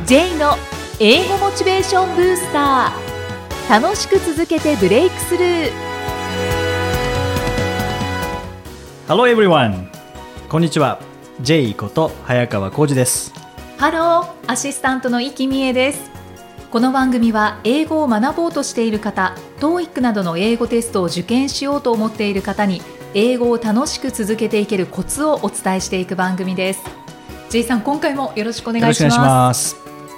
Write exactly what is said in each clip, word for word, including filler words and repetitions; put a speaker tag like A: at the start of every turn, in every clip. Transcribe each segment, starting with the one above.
A: J の英語モチベーションブースター。楽しく続けてブレイクスルー。
B: Hello everyone! こんにちは。 J こと早川浩二です。
A: ハロー、アシスタントの生きみえです。この番組は英語を学ぼうとしている方、トーイック などの英語テストを受験しようと思っている方に英語を楽しく続けていけるコツをお伝えしていく番組です。 J さん、今回もよろしくお願いします。
B: よろしくお願いします。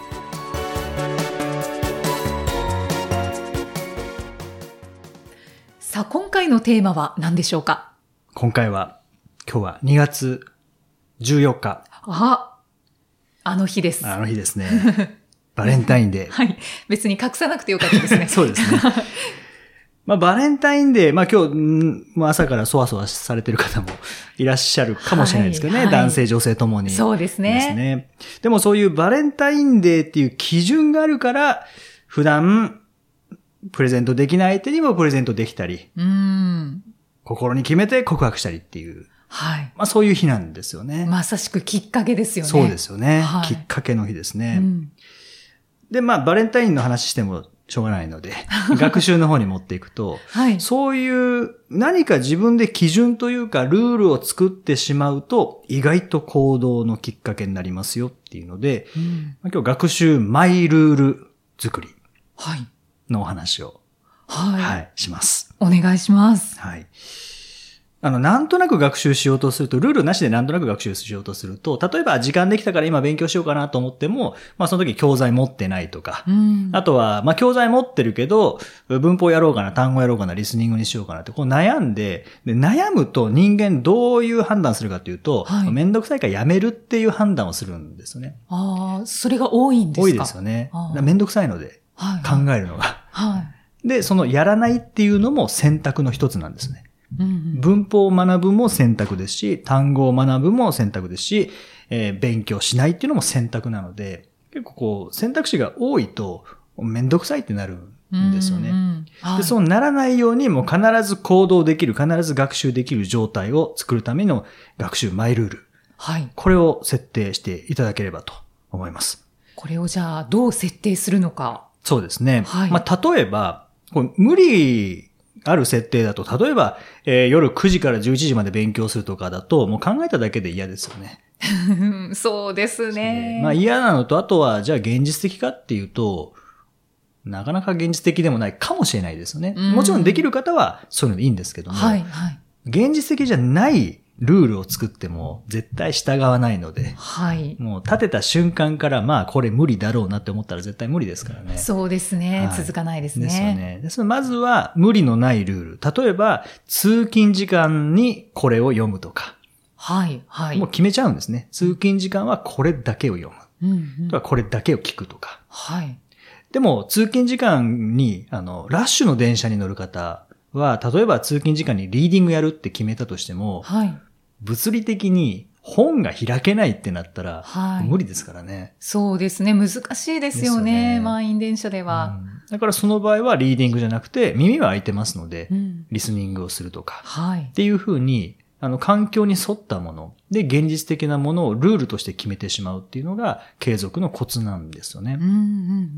A: さあ、今回のテーマは何でしょうか？
B: 今回は今日はにがつじゅうよっか。
A: あ、あの日です。
B: あの日ですね。バレンタインデー。
A: はい。別に隠さなくてよかったですね。
B: そうですね。まあ、バレンタインデー、まあ今日、ん朝からそわそわされてる方もいらっしゃるかもしれないですけどね。はいはい、男性、女性ともに。
A: そうですね。
B: ですね。でもそういうバレンタインデーっていう基準があるから、普段、プレゼントできない相手にもプレゼントできたり、
A: うーん、
B: 心に決めて告白したりっていう。
A: はい。
B: まあそういう日なんですよね。
A: まさしくきっかけですよね。
B: そうですよね。
A: はい、
B: きっかけの日ですね。
A: うん、
B: で、まあバレンタインの話してもしょうがないので、学習の方に持っていくと、はい、そういう何か自分で基準というかルールを作ってしまうと意外と行動のきっかけになりますよっていうので、うん、まあ、今日学習マイルール作りのお話を、はいはい、します。
A: お願いします。
B: はい。あの、なんとなく学習しようとすると、ルールなしでなんとなく学習しようとすると、例えば時間できたから今勉強しようかなと思っても、まあその時教材持ってないとか、うん、あとは、まあ教材持ってるけど、文法やろうかな、単語やろうかな、リスニングにしようかなって、こう悩んで、で悩むと人間どういう判断するかっていうと、はい、めんどくさいからやめるっていう判断をするんですよね。
A: ああ、それが多いんですか？
B: 多いですよね。めんどくさいので、はい、考えるのが、はい。で、そのやらないっていうのも選択の一つなんですね。うんうん、文法を学ぶも選択ですし、単語を学ぶも選択ですし、えー、勉強しないっていうのも選択なので、結構こう選択肢が多いとめんどくさいってなるんですよね。うんうんはい、で、そうならないようにもう必ず行動できる、必ず学習できる状態を作るための学習マイルール。はい。これを設定していただければと思います。
A: これをじゃあどう設定するのか。
B: そうですね。はい。まあ、例えば、こう無理、ある設定だと、例えば、えー、夜くじからじゅういちじまで勉強するとかだと、もう考えただけで嫌ですよね。
A: そうですね。
B: まあ嫌なのと、あとは、じゃあ現実的かっていうと、なかなか現実的でもないかもしれないですよね。もちろんできる方はそういうのでいいんですけども、はいはい、現実的じゃないルールを作っても絶対従わないので、はい、もう立てた瞬間からまあこれ無理だろうなって思ったら絶対無理ですからね。
A: そうですね。はい、続かないですね。
B: ですよね。ですまずは無理のないルール。例えば通勤時間にこれを読むとか。はいはい。もう決めちゃうんですね。通勤時間はこれだけを読む。うんうん、とかこれだけを聞くとか。はい。でも通勤時間にあのラッシュの電車に乗る方は例えば通勤時間にリーディングやるって決めたとしても。はい。物理的に本が開けないってなったら、はい、無理ですからね。
A: そうですね。難しいですよね。よね満員電車では、
B: うん。だからその場合はリーディングじゃなくて耳は開いてますので、うん、リスニングをするとか。はい、っていうふうに、あの、環境に沿ったもので現実的なものをルールとして決めてしまうっていうのが継続のコツなんですよね。
A: うんうん、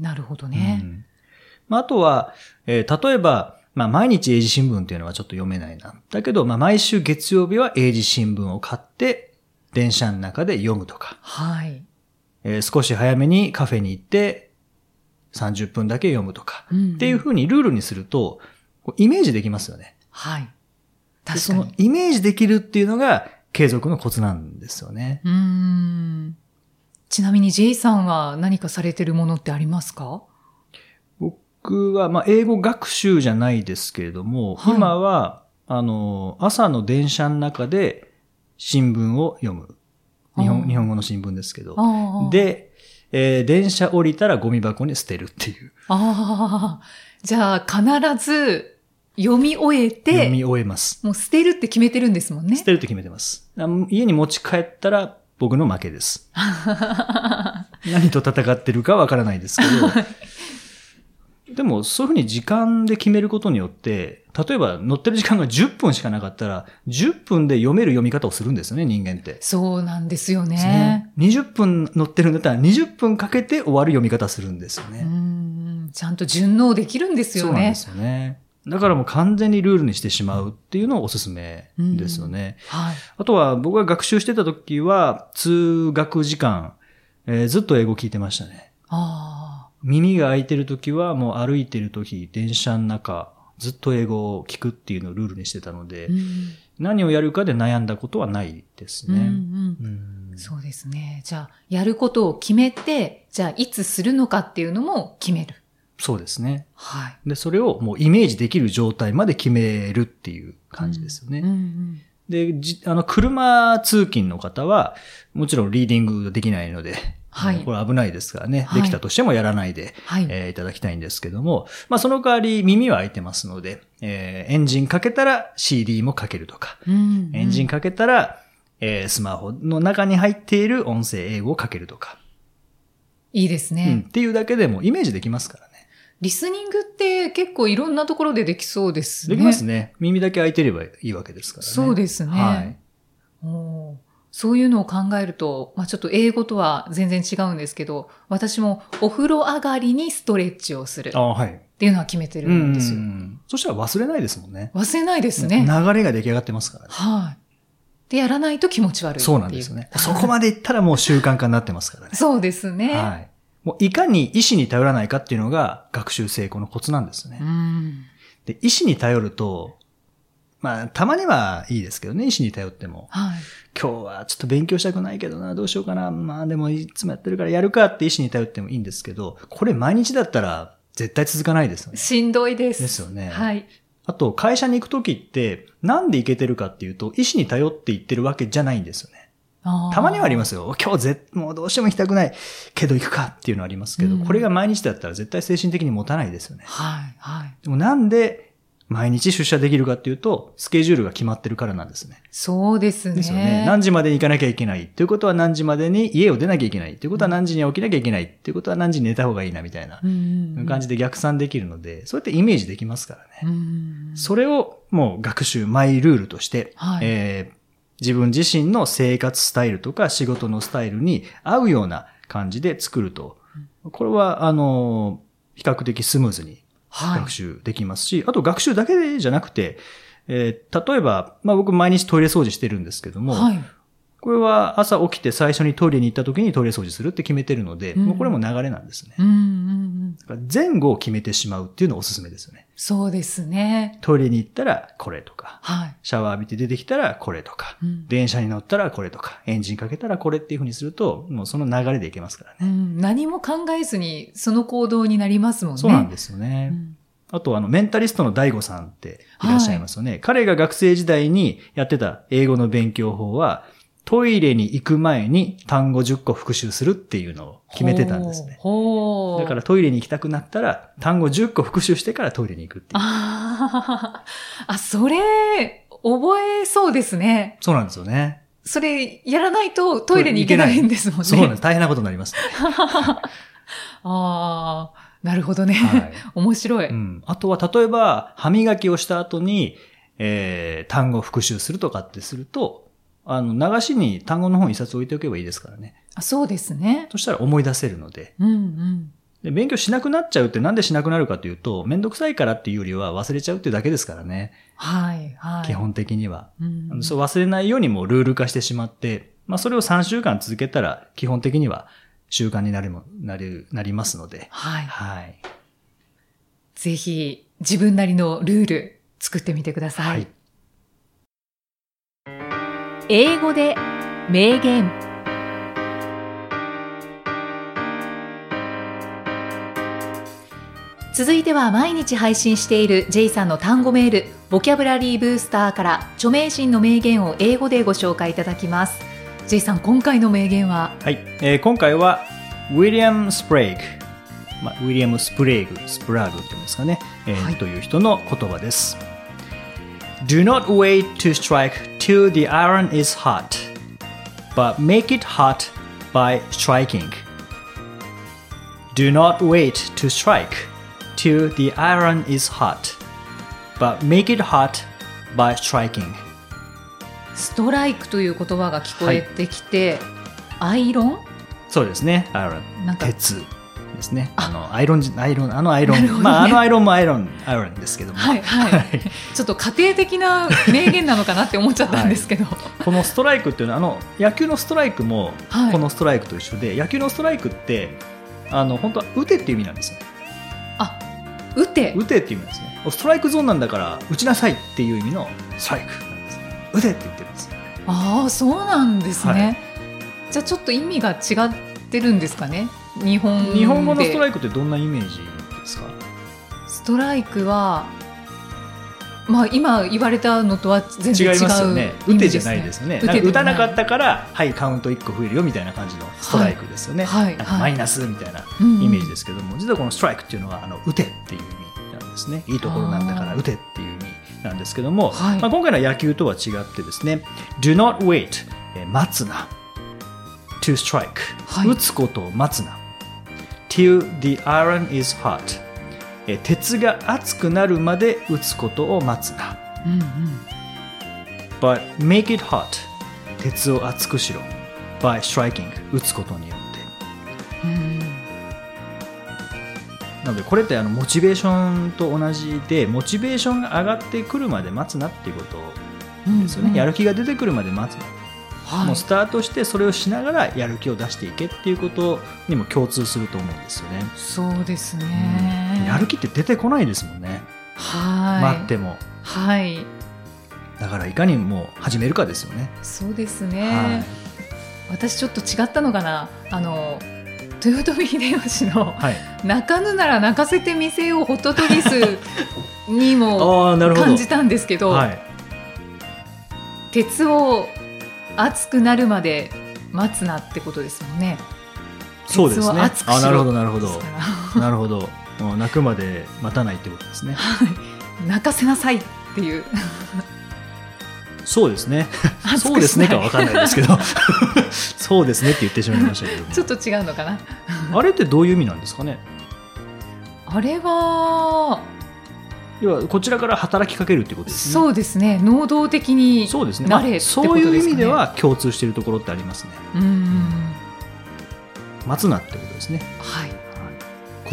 A: なるほどね。
B: うんまあ、あとは、えー、例えば、まあ毎日英字新聞っていうのはちょっと読めないな。だけど、まあ毎週月曜日は英字新聞を買って電車の中で読むとか。はい。えー、少し早めにカフェに行ってさんじゅっぷんだけ読むとか。うんうん、っていう風にルールにするとイメージできますよね。はい。確かに。そのイメージできるっていうのが継続のコツなんですよね。
A: うーん。ちなみに J さんは何かされてるものってありますか？
B: 僕は、まあ、英語学習じゃないですけれども、はい、今は、あの、朝の電車の中で新聞を読む。日本、日本語の新聞ですけど。で、えー、電車降りたらゴミ箱に捨てるっていう。
A: ああ。じゃあ、必ず読み終えて。
B: 読み終えます。
A: もう捨てるって決めてるんですもんね。
B: 捨てるって決めてます。家に持ち帰ったら僕の負けです。何と戦ってるかわからないですけど。 でもそういうふうに時間で決めることによって、例えば乗ってる時間がじゅっぷんしかなかったら、じゅっぷんで読める読み方をするんですよね、人間って。
A: そうなんですよね。ですね。
B: にじゅっぷん乗ってるんだったらにじゅっぷんかけて終わる読み方するんですよね。
A: うん、ちゃんと順応できるんですよね。
B: そうなんですよね。だからもう完全にルールにしてしまうっていうのをおすすめですよね。
A: うん、はい。
B: あとは僕が学習してた時は通学時間、えー、ずっと英語聞いてましたね。ああ。耳が開いてる時はもう歩いてる時、電車の中、ずっと英語を聞くっていうのをルールにしてたので、うん、何をやるかで悩んだことはないですね。うん
A: うんうん、そうですね。じゃあ、やることを決めて、じゃあいつするのかっていうのも決める。
B: そうですね。
A: はい。
B: で、それをもうイメージできる状態まで決めるっていう感じですよね。うんうんうん、で、じ、あの、車通勤の方は、もちろんリーディングできないので、はい。これ危ないですからね。はい、できたとしてもやらないで、はい、えー、いただきたいんですけども、まあその代わり耳は開いてますので、えー、エンジンかけたら シーディー もかけるとか、うんうん、エンジンかけたら、えー、スマホの中に入っている音声英語をかけるとか。
A: いいですね、
B: うん。っていうだけでもイメージできますからね。
A: リスニングって結構いろんなところでできそうですね。
B: できますね。耳だけ開いてればいいわけですからね。
A: そうですね。はい。おー、そういうのを考えると、まあちょっと英語とは全然違うんですけど、私もお風呂上がりにストレッチをする。あ、はい。っていうのは決めてるんですよ。うんうん、
B: そしたら忘れないですもんね。
A: 忘れないですね。
B: 流れが出来上がってますからね。
A: はい。で、やらないと気持ち悪いっていう。
B: そうなんですよね。そこまでいったらもう習慣化になってますからね。
A: そうですね。
B: はい。もういかに意思に頼らないかっていうのが学習成功のコツなんですね。うん、で、意思に頼ると、まあ、たまにはいいですけどね、意思に頼っても。はい、今日はちょっと勉強したくないけどな、どうしようかな。まあでもいつもやってるからやるかって意思に頼ってもいいんですけど、これ毎日だったら絶対続かないですよね。
A: しんどいです。
B: ですよね。
A: はい。
B: あと、会社に行くときって、なんで行けてるかっていうと、意思に頼って行ってるわけじゃないんですよね。たまにはありますよ。今日ぜ、もうどうしても行きたくないけど行くかっていうのはありますけど、うん、これが毎日だったら絶対精神的に持たないですよね。
A: はい、はい。
B: でもなんで毎日出社できるかっていうと、スケジュールが決まってるからなんですね。
A: そうですね。
B: ですよね。何時までに行かなきゃいけないっていうことは何時までに家を出なきゃいけないっていうことは何時に起きなきゃいけないっていうことは何時に寝た方がいいなみたいな感じで逆算できるので、そうやってイメージできますからね。うん、それをもう学習、マイルールとして、はい、えー自分自身の生活スタイルとか仕事のスタイルに合うような感じで作ると。これは、あの、比較的スムーズに学習できますし、はい、あと学習だけじゃなくて、えー、例えば、まあ僕毎日トイレ掃除してるんですけども、はい、これは朝起きて最初にトイレに行った時にトイレ掃除するって決めてるので、うん、もうこれも流れなんですね。うんうんうん、前後を決めてしまうっていうのがおすすめですよね。
A: そうですね。
B: トイレに行ったらこれとか、はい、シャワー浴びて出てきたらこれとか、うん、電車に乗ったらこれとか、エンジンかけたらこれっていう風にすると、もうその流れでいけますからね。
A: うん、何も考えずにその行動になりますもんね。
B: そうなんですよね。うん、あとあの、メンタリストの大悟さんっていらっしゃいますよね。はい、彼が学生時代にやってた英語の勉強法は、トイレに行く前に単語じゅっこ復習するっていうのを決めてたんですね。ほう。だからトイレに行きたくなったら単語じゅっこ復習してからトイレに行くっていう。
A: ああ、それ、覚えそうですね。
B: そうなんですよね。
A: それ、やらないとトイレに行けないんですもんね。
B: そうなんです。大変なことになります、ね。
A: ああ、なるほどね。はい、面白い、
B: うん。あとは例えば、歯磨きをした後に、えー、単語復習するとかってすると、あの、流しに単語の本一冊置いておけばいいですからね。
A: あ、そうですね。
B: そしたら思い出せるので。うんうん。で、勉強しなくなっちゃうってなんでしなくなるかというと、めんどくさいからっていうよりは忘れちゃうっていうだけですからね。はいはい。基本的には。うんうん、そう忘れないようにもルール化してしまって、まあそれをさんしゅうかん続けたら基本的には習慣になるも、なる、なりますので。はい。はい。
A: ぜひ自分なりのルール作ってみてください。はい。英語で名言。続いては毎日配信している J さんの単語メール、ボキャブラリーブースターから著名人の名言を英語でご紹介いただきます。J さん、今回の名言は？
B: はい、えー、今回はウィリアム・スプレイグ、まあ、ウィリアム・スプレーグ、スプラーグっていうんですかね、えーはい、という人の言葉です。Do not wait to strike till the iron is hot, but make it hot by striking. Do not wait to strike till the iron is hot, but make it hot by striking.
A: ストライクという言葉が聞こえてきて、はい、アイロン？
B: そうですね。アイロン。なんか鉄ですね。あのアイロンアイロンあのアイロン、ね、まああのアイロンもアイロンアイロンですけども。はいはい。
A: ちょっと家庭的な名言なのかなって思っちゃったんですけど。はい、
B: このストライクっていうのはあの野球のストライクもこのストライクと一緒で、はい、野球のストライクってあの本当は打てっていう意味なんですよ。
A: あ、打て。
B: 打てっていう意味なんですね。ストライクゾーンなんだから打ちなさいっていう意味のストライクなんです。打てって言ってるんです。
A: ああ、そうなんですね。はい、じゃあちょっと意味が違ってるんですかね。日本で。
B: 日本語のストライクってどんなイメージですか？
A: ストライクは、まあ、今言われたのとは全然違う、
B: 違いますよね。打てじゃないですよね。打打たなかったからはいカウントいっこ増えるよみたいな感じのストライクですよね。はい、なんかマイナスみたいなイメージですけども、はい、実はこのストライクっていうのはあの打てっていう意味なんですね。いいところなんだから打てっていう意味なんですけども、はい、まあ、今回の野球とは違ってですね Do not wait、えー、待つな To strike、はい、打つことを待つな Till the iron is hot、えー、鉄が熱くなるまで打つことを待つな、うんうん、But make it hot 鉄を熱くしろ By striking 打つことによって、うん、なのでこれってあのモチベーションと同じでモチベーションが上がってくるまで待つなっていうことですよね、うんうん、やる気が出てくるまで待つな、はい、もうスタートしてそれをしながらやる気を出していけっていうことにも共通すると思うんですよね。
A: そうですね、
B: うん、やる気って出てこないですもんね。はい、待っても、
A: はい、
B: だからいかにもう始めるかですよね。
A: そうですね、はい、私ちょっと違ったのかな。あの豊臣秀吉の、はい、泣かぬなら泣かせてみせようホトトギスにも感じたんですけど、はい、鉄を熱くなるまで待つなってことですもんね。
B: そうですね。鉄を熱くしろ。あ、なるほどなるほどなるほど。泣くまで待たないってことですね。
A: 泣かせなさいっていう
B: そうですね。そうですねかわかんないですけどそうですねって言ってしまいましたけど
A: ちょっと違うのかな
B: あれってどういう意味なんですかね。
A: あれは
B: 要はこちらから働きかけるってことですね。
A: そうですね。能動的になれってことですかね。
B: そういう意味では共通しているところってありますね。うん、待つなってことですね。はい、はい、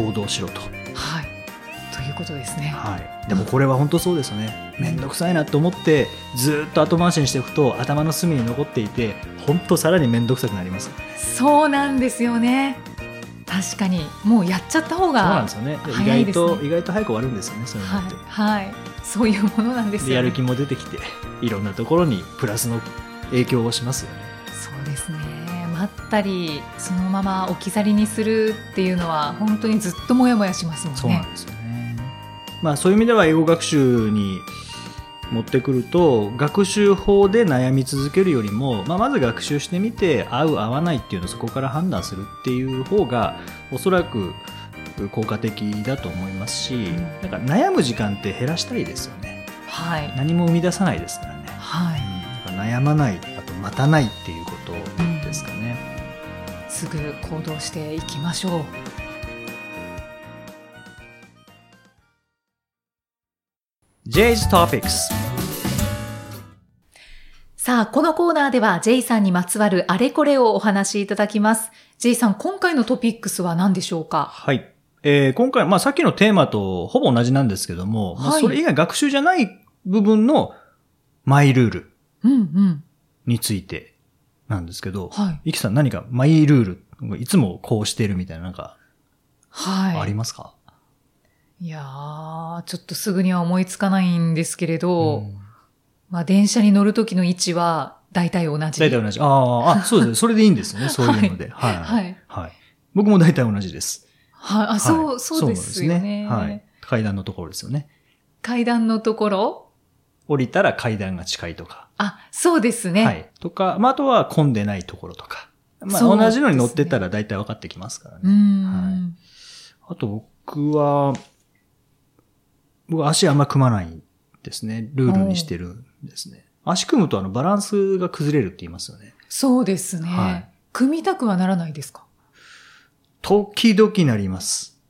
B: 行動しろと、
A: はい、ということですね。
B: はい、でもこれは本当そうですよね。めんどくさいなと思ってずっと後回しにしておくと頭の隅に残っていて本当さらにめんどくさくなりますよね。
A: そうなんですよね。確かにもうやっちゃった方が早いですね。
B: 意外と意外と早く終わるんですよね。そういうのって、
A: はいはい、そういうものなんですよね。
B: やる気も出てきていろんなところにプラスの影響をしますよね。
A: そうですね。待ったりそのまま置き去りにするっていうのは本当にずっともやもやしますもんね。
B: そうなんですよね。まあ、そういう意味では英語学習に持ってくると学習法で悩み続けるよりも、まあ、まず学習してみて合う合わないっていうのをそこから判断するっていう方がおそらく効果的だと思いますし、うん、なんか悩む時間って減らしたいですよね。はい、何も生み出さないですからね。はい、うん、だから悩まないあと待たないっていうことですかね。
A: うん、すぐ行動していきましょう。
B: J's Topics。
A: さあ、このコーナーでは J さんにまつわるあれこれをお話しいただきます。 J さん、今回のトピックスは何でしょうか？
B: はい、えー、今回、まあ、さっきのテーマとほぼ同じなんですけども、はい、まあ、それ以外学習じゃない部分のマイルールについてなんですけど、はい、イキさん何かマイルールいつもこうしているみたいななんかありますか？はい、
A: いやー、ちょっとすぐには思いつかないんですけれど、うん、まあ、電車に乗る時の位置は大体同じ。
B: 大体同じ。ああ、そうですね。それでいいんですよね。そういうので。はい。はい。はい。僕も大体同じです。
A: はい。あ、そう、はい、そうですよね。
B: はい。階段のところですよね。
A: 階段のところ？
B: 降りたら階段が近いとか。
A: あ、そうですね。はい。
B: とか、まあ、あとは混んでないところとか。まあ、同じのに乗ってたら大体分かってきますからね。うん。はい。あと僕は、僕は足あんま組まないんですね。ルールにしてるんですね。足組むとあのバランスが崩れるって言いますよね。
A: そうですね。はい、組みたくはならないですか？
B: 時々なります。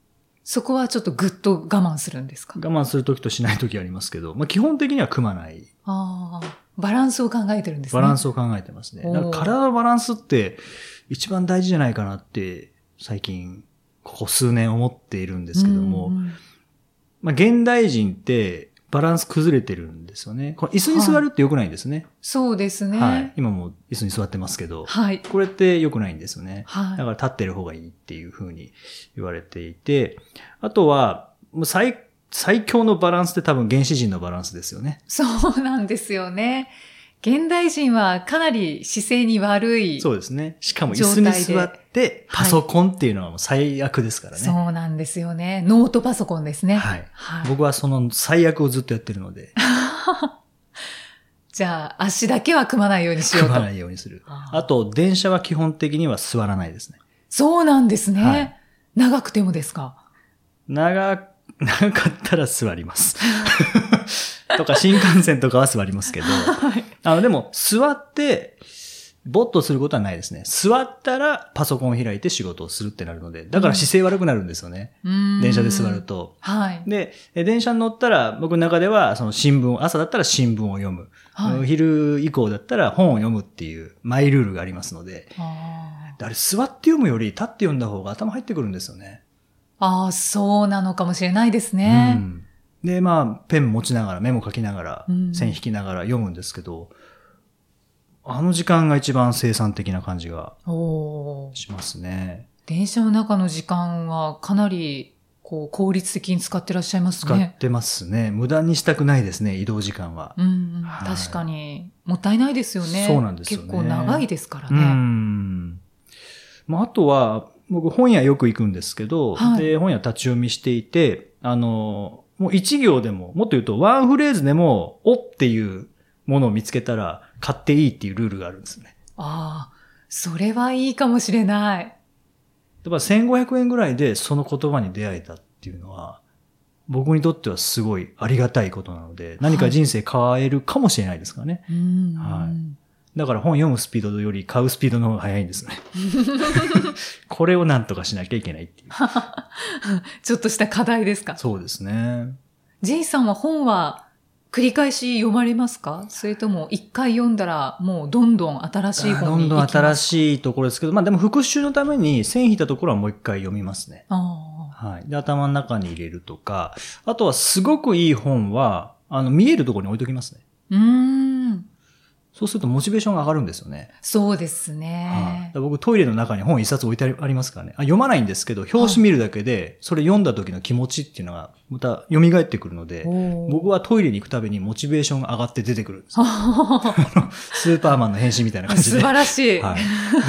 A: そこはちょっとぐっと我慢するんですか？
B: 我慢するときとしないときありますけど、まあ基本的には組まない。
A: ああ、バランスを考えてるんですね。
B: バランスを考えてますね。なんか体のバランスって一番大事じゃないかなって最近ここ数年思っているんですけども、うんうん、まあ現代人ってバランス崩れてるんですよね。この椅子に座るって良くないんですね。はい、
A: そうですね。
B: はい。今も椅子に座ってますけど、はい。これって良くないんですよね。はい。だから立ってる方がいいっていう風に言われていて、あとは、もう最、最強のバランスって多分原始人のバランスですよね。
A: そうなんですよね。現代人はかなり姿勢に悪い。
B: そうですね。しかも椅子に座ってパソコンっていうのはもう最悪ですからね。
A: はい、そうなんですよね。ノートパソコンですね。
B: はい。はい、僕はその最悪をずっとやってるので。
A: じゃあ足だけは組まないようにしようと。
B: 組まないようにする。あ, あと電車は基本的には座らないですね。
A: そうなんですね。はい、長くてもですか？
B: 長、長かったら座ります。とか新幹線とかは座りますけど、はい、あのでも座ってぼっとすることはないですね。座ったらパソコンを開いて仕事をするってなるので、だから姿勢悪くなるんですよね。うん、電車で座ると。はい。で、電車に乗ったら僕の中ではその新聞、朝だったら新聞を読む。はい、昼以降だったら本を読むっていうマイルールがありますので、あ, あれ座って読むより立って読んだ方が頭入ってくるんですよね。
A: ああ、そうなのかもしれないですね。うん、
B: で、まあ、ペン持ちながら、メモ書きながら、線引きながら読むんですけど、うん、あの時間が一番生産的な感じがしますね。
A: 電車の中の時間はかなりこう効率的に使ってらっしゃいますね。
B: 使ってますね。無駄にしたくないですね、移動時間は。
A: うんはい、確かに。もったいないですよね。
B: そうなんですよね。
A: 結構長いですからね。
B: うんまあ、あとは、僕本屋よく行くんですけど、はい、で本屋立ち読みしていて、あの、もう一行でも、もっと言うとワンフレーズでも、おっていうものを見つけたら買っていいっていうルールがあるんですね。
A: ああ、それはいいかもしれない。
B: だからせんごひゃくえんぐらいでその言葉に出会えたっていうのは、僕にとってはすごいありがたいことなので、何か人生変えるかもしれないですからね。はい。うんはいだから本読むスピードより買うスピードの方が早いんですね。これをなんとかしなきゃいけないっていう。
A: ちょっとした課題ですか？
B: そうですね。
A: J さんは本は繰り返し読まれますか？それとも一回読んだらもうどんどん新しい本に行きますか？
B: どんどん新しいところですけど、まあでも復習のために線引いたところはもう一回読みますね。あはい。で、頭の中に入れるとか、あとはすごくいい本は、あの、見えるところに置いときますね。うーん。そうするとモチベーションが上がるんですよね。
A: そうですね。
B: はあ、僕トイレの中に本一冊置いてありますからね。あ読まないんですけど、表紙見るだけで、それ読んだ時の気持ちっていうのがまた蘇ってくるので、僕はトイレに行くたびにモチベーションが上がって出てくるんです。スーパーマンの変身みたいな感じで。
A: 素晴らしい。
B: はい。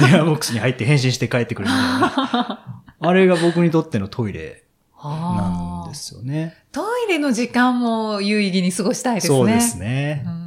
B: 電話ボックスに入って変身して帰ってくるみたいな。あれが僕にとってのトイレなんですよね。
A: トイレの時間も有意義に過ごしたいですね。
B: そうですね。うん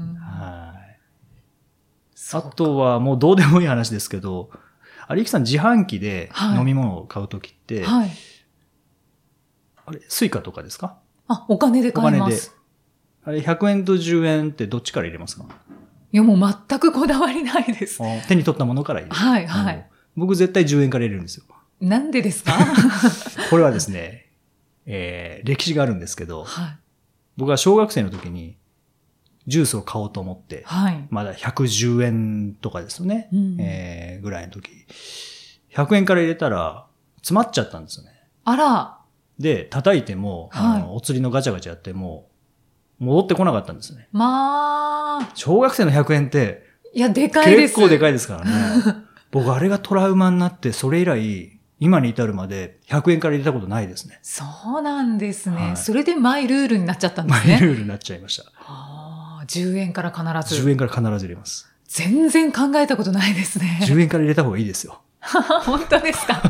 B: あとはもうどうでもいい話ですけど、有木さん自販機で飲み物を買うときって、はいはい、あれ、スイカとかですか？
A: あ、お金で買います。お金で。
B: あれ、ひゃくえんとじゅうえんってどっちから入れますか？
A: いや、もう全くこだわりないです。
B: 手に取ったものから入れる。
A: はい、はい。
B: 僕絶対じゅうえんから入れるんですよ。
A: なんでですか？
B: これはですね、えー、歴史があるんですけど、はい、僕は小学生の時に、ジュースを買おうと思って、はい、まだひゃくじゅうえんとかですよね、うんえー、ぐらいの時。ひゃくえんから入れたら、詰まっちゃったんですよね。
A: あら。
B: で、叩いても、はい、あのお釣りのガチャガチャやっても、戻ってこなかったんですね。
A: まあ。
B: 小学生のひゃくえんって、
A: いや、でかいです。
B: 結構でかいですからね。僕、あれがトラウマになって、それ以来、今に至るまでひゃくえんから入れたことないですね。
A: そうなんですね。はい、それでマイルールになっちゃったんですね。
B: マイルールになっちゃいました。
A: じゅうえんから必ず。
B: じゅうえんから必ず入れます。
A: 全然考えたことないですね。
B: じゅうえんから入れた方がいいですよ。
A: 本当ですか？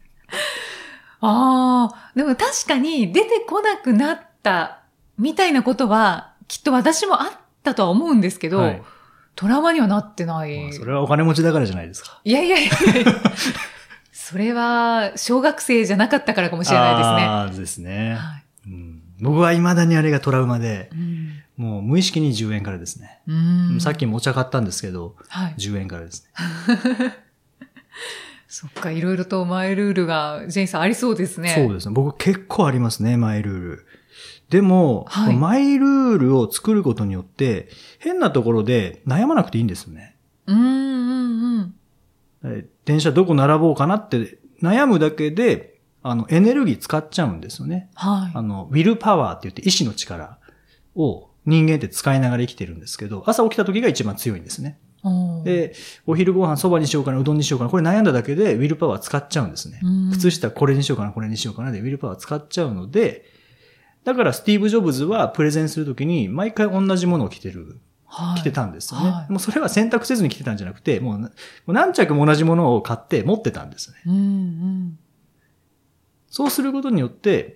A: ああ、でも確かに出てこなくなったみたいなことはきっと私もあったとは思うんですけど、はい、トラウマにはなってない、
B: まあ。それはお金持ちだからじゃないですか。
A: いやいやいやいやそれは小学生じゃなかったからかもしれないですね。
B: ああですね。はいうん、僕は未だにあれがトラウマで、うんもう無意識にじゅうえんからですね。うんさっきもお茶買ったんですけど、はい、じゅうえんからですね。
A: そっか、いろいろとマイルールがジェイさんありそうですね。
B: そうですね。僕結構ありますね、マイルール。でも、はい、マイルールを作ることによって、変なところで悩まなくていいんですよね。
A: うんうんうん。
B: 電車どこ並ぼうかなって悩むだけで、あの、エネルギー使っちゃうんですよね。
A: はい。
B: あの、ウィルパワーって言って意志の力を人間って使いながら生きてるんですけど、朝起きた時が一番強いんですね。で、お昼ご飯そばにしようかな、うどんにしようかな、これ悩んだだけでウィルパワー使っちゃうんですね。靴下これにしようかな、これにしようかなでウィルパワー使っちゃうので、だからスティーブ・ジョブズはプレゼンするときに毎回同じものを着てる、はい、着てたんですよね、はい。もうそれは選択せずに着てたんじゃなくて、もう、もう何着も同じものを買って持ってたんですね。
A: うんうん、
B: そうすることによって、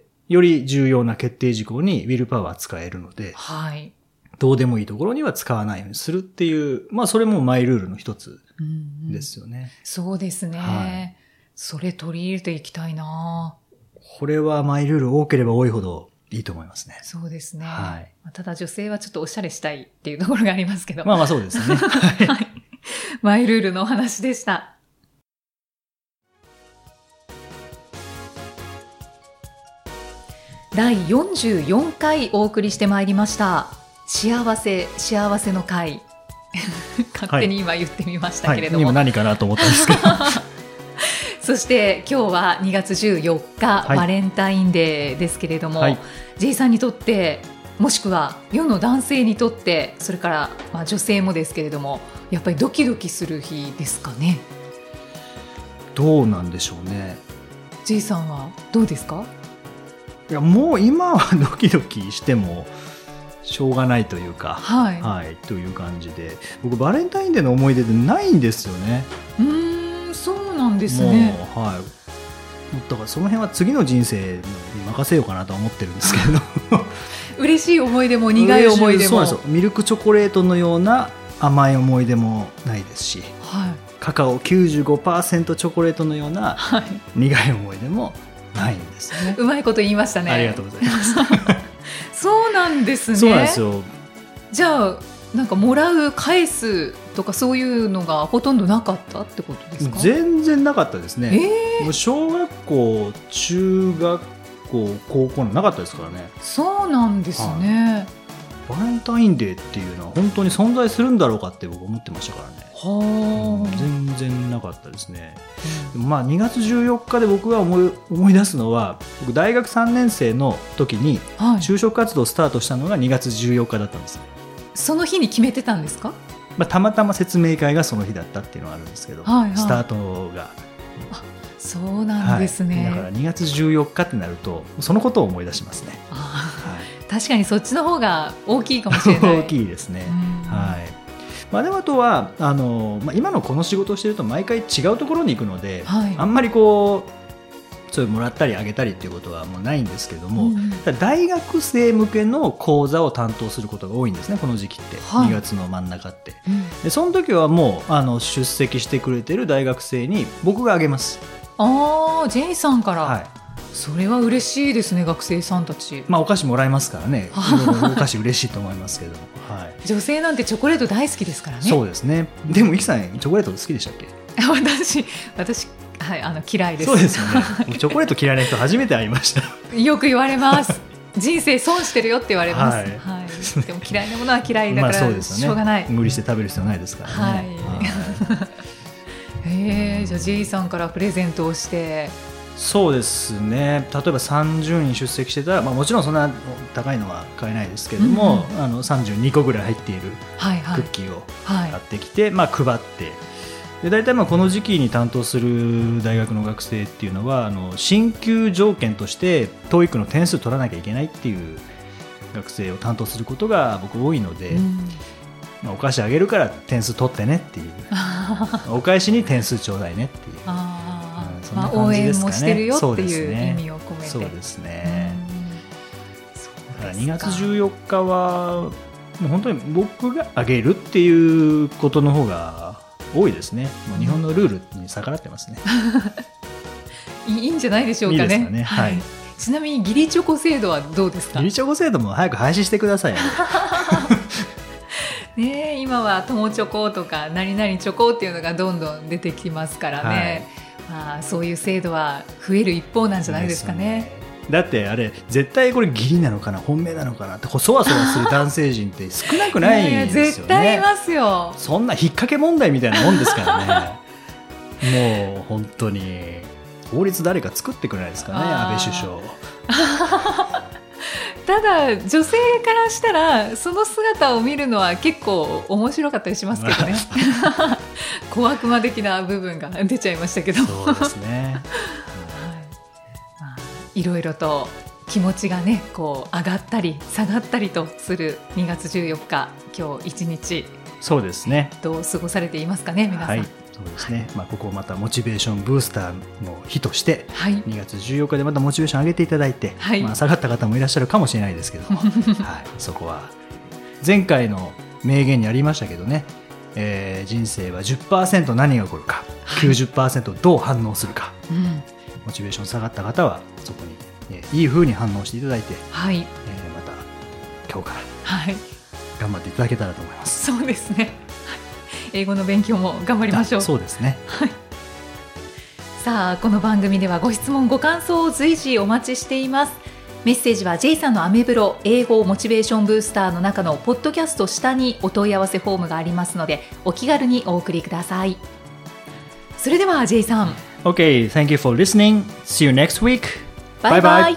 B: より重要な決定事項にウィルパワー使えるので、
A: はい、
B: どうでもいいところには使わないようにするっていう、まあそれもマイルールの一つですよね。
A: うんうん、そうですね、はい。それ取り入れていきたいな。
B: これはマイルール多ければ多いほどいいと思いますね。
A: そうですね。
B: はい。
A: ただ女性はちょっとおしゃれしたいっていうところがありますけど。
B: まあまあそうですね。はい。
A: マイルールのお話でした。だいよんじゅうよんかいお送りしてまいりました。幸せ、幸せの会。勝手に今言ってみましたけれども。
B: はいはい、今何かなと思ったんですけど。
A: そして今日はにがつじゅうよっか、はい、バレンタインデーですけれども、はい、J さんにとってもしくは世の男性にとってそれからまあ女性もですけれどもやっぱりドキドキする日ですかね。
B: どうなんでしょうね。
A: J さんはどうですか。
B: いやもう今はドキドキしてもしょうがないというか、
A: はい
B: はい、という感じで僕バレンタインデーの思い出ってないんですよね。
A: うーんそうなんですね。
B: もう、はい、だからその辺は次の人生に任せようかなと思ってるんですけれど
A: 嬉しい思い出も苦い思い出も。
B: そうなんですよ。ミルクチョコレートのような甘い思い出もないですし、
A: はい、
B: カカオ きゅうじゅうごパーセント チョコレートのような苦い思い出もないんですね、はい、
A: うまいこと言いましたね。
B: ありがとうございます
A: そうなんですね。
B: そうなんですよ。
A: じゃあなんかもらう返すとかそういうのがほとんどなかったってことですか。
B: 全然なかったですね、
A: えー、
B: もう小学校中学校高校のなかったですからね。
A: そうなんですね、
B: はい、バレンタインデーっていうのは本当に存在するんだろうかって僕思ってましたからね。
A: は、
B: うん、全然なかったですね、うん、でもまあにがつじゅうよっかで僕が思い、思い出すのは僕大学さんねん生の時に就職活動をスタートしたのがにがつじゅうよっかだったんです、ね。
A: その日に決めてたんですか。
B: まあ、たまたま説明会がその日だったっていうのがあるんですけど、
A: はいはい、
B: スタートが
A: あそうなんですね、
B: はい、だからにがつじゅうよっかってなるとそのことを思い出しますね。
A: あ、はい、確かにそっちの方が大きいかもしれない。
B: 大きいですね、はいまあ、でもあとはあの、まあ、今のこの仕事をしていると毎回違うところに行くので、はい、あんまりこうそういうもらったりあげたりっていうことはもうないんですけども、うん、大学生向けの講座を担当することが多いんですねこの時期って、はい、にがつの真ん中って、うん、でその時はもうあの出席してくれてる大学生に僕があげます。
A: あー J さんから、
B: はい、
A: それは嬉しいですね。学生さんたち、
B: まあ、お菓子もらえますからねお菓子嬉しいと思いますけども、はい、
A: 女性なんてチョコレート大好きですからね。
B: そうですね。でもイキさんチョコレート好きでしたっけ。
A: 私私はい、あの嫌いです。
B: そうですよねチョコレート嫌いな人初めて会いました
A: よく言われます人生損してるよって言われます、はいはい、でも嫌いなものは嫌いだから、まあね、しょうがない。
B: 無理して食べる必要ないですからね、
A: はいはいえー、じゃあ J さんからプレゼントをして。
B: そうですね。例えばさんじゅうにん出席してたら、まあ、もちろんそんな高いのは買えないですけども、うんうん、あのさんじゅうにこぐらい入っているクッキーを買ってきて、はいはいまあ、配ってで大体まあこの時期に担当する大学の学生っていうのはあの進級条件として トーイック の点数取らなきゃいけないっていう学生を担当することが僕多いので、うんまあ、お菓子あげるから点数取ってねっていうお返しに点数ちょうだいねっていう
A: あ、うん、そんな感じですかね。まあ、応援もしてるよっていう意味を込めて。
B: そうですね。だからにがつじゅうよっかはもう本当に僕があげるっていうことの方が多いですね。もう日本のルールに逆らってますね
A: いいんじゃないでしょうかね。いいですかね、はいはい、ちなみに義理チョコ制度はどうですか。
B: 義理チョコ制度も早く廃止してください
A: ね、今は友チョコとか何々チョコっていうのがどんどん出てきますからね、 まあ、そういう制度は増える一方なんじゃないですかね。
B: だってあれ絶対これ義理なのかな本命なのかなってこうそわそわする男性陣って少なくないんですよね。いやいや
A: 絶対いますよ。
B: そんな引っ掛け問題みたいなもんですからねもう本当に法律誰か作ってくれないですかね安倍首相
A: ただ女性からしたらその姿を見るのは結構面白かったりしますけどね小悪魔的な部分が出ちゃいましたけど
B: そうですね
A: いろいろと気持ちがねこう上がったり下がったりとするにがつじゅうよっか今日一日
B: そうですね
A: どう過ごされていますかね皆さん。
B: はいそうですねまあ、ここをまたモチベーションブースターの日として、はい、にがつじゅうよっかでまたモチベーション上げていただいて、はいまあ、下がった方もいらっしゃるかもしれないですけども、はい、そこは前回の名言にありましたけどね、えー、人生は じゅっパーセント 何が起こるか、はい、きゅうじゅっパーセント どう反応するか、うん、モチベーション下がった方はそこに、ね、いい風に反応していただいて、はいえー、また今日から頑張っていただけたらと思います。
A: そうですね英語の勉強も頑張りましょう。
B: そうですね、はい、
A: さあこの番組ではご質問ご感想を随時お待ちしています。メッセージは J さんのアメブロ英語モチベーションブースターの中のポッドキャスト下にお問い合わせフォームがありますのでお気軽にお送りください。それでは J さん
B: OK thank you for listening see you next week
A: バイバイ。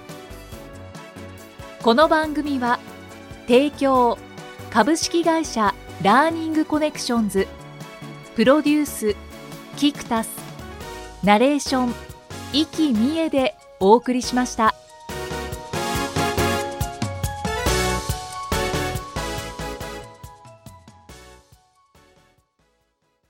A: この番組は提供株式会社ラーニングコネクションズプロデュースキクタスナレーション生きみえでお送りしました。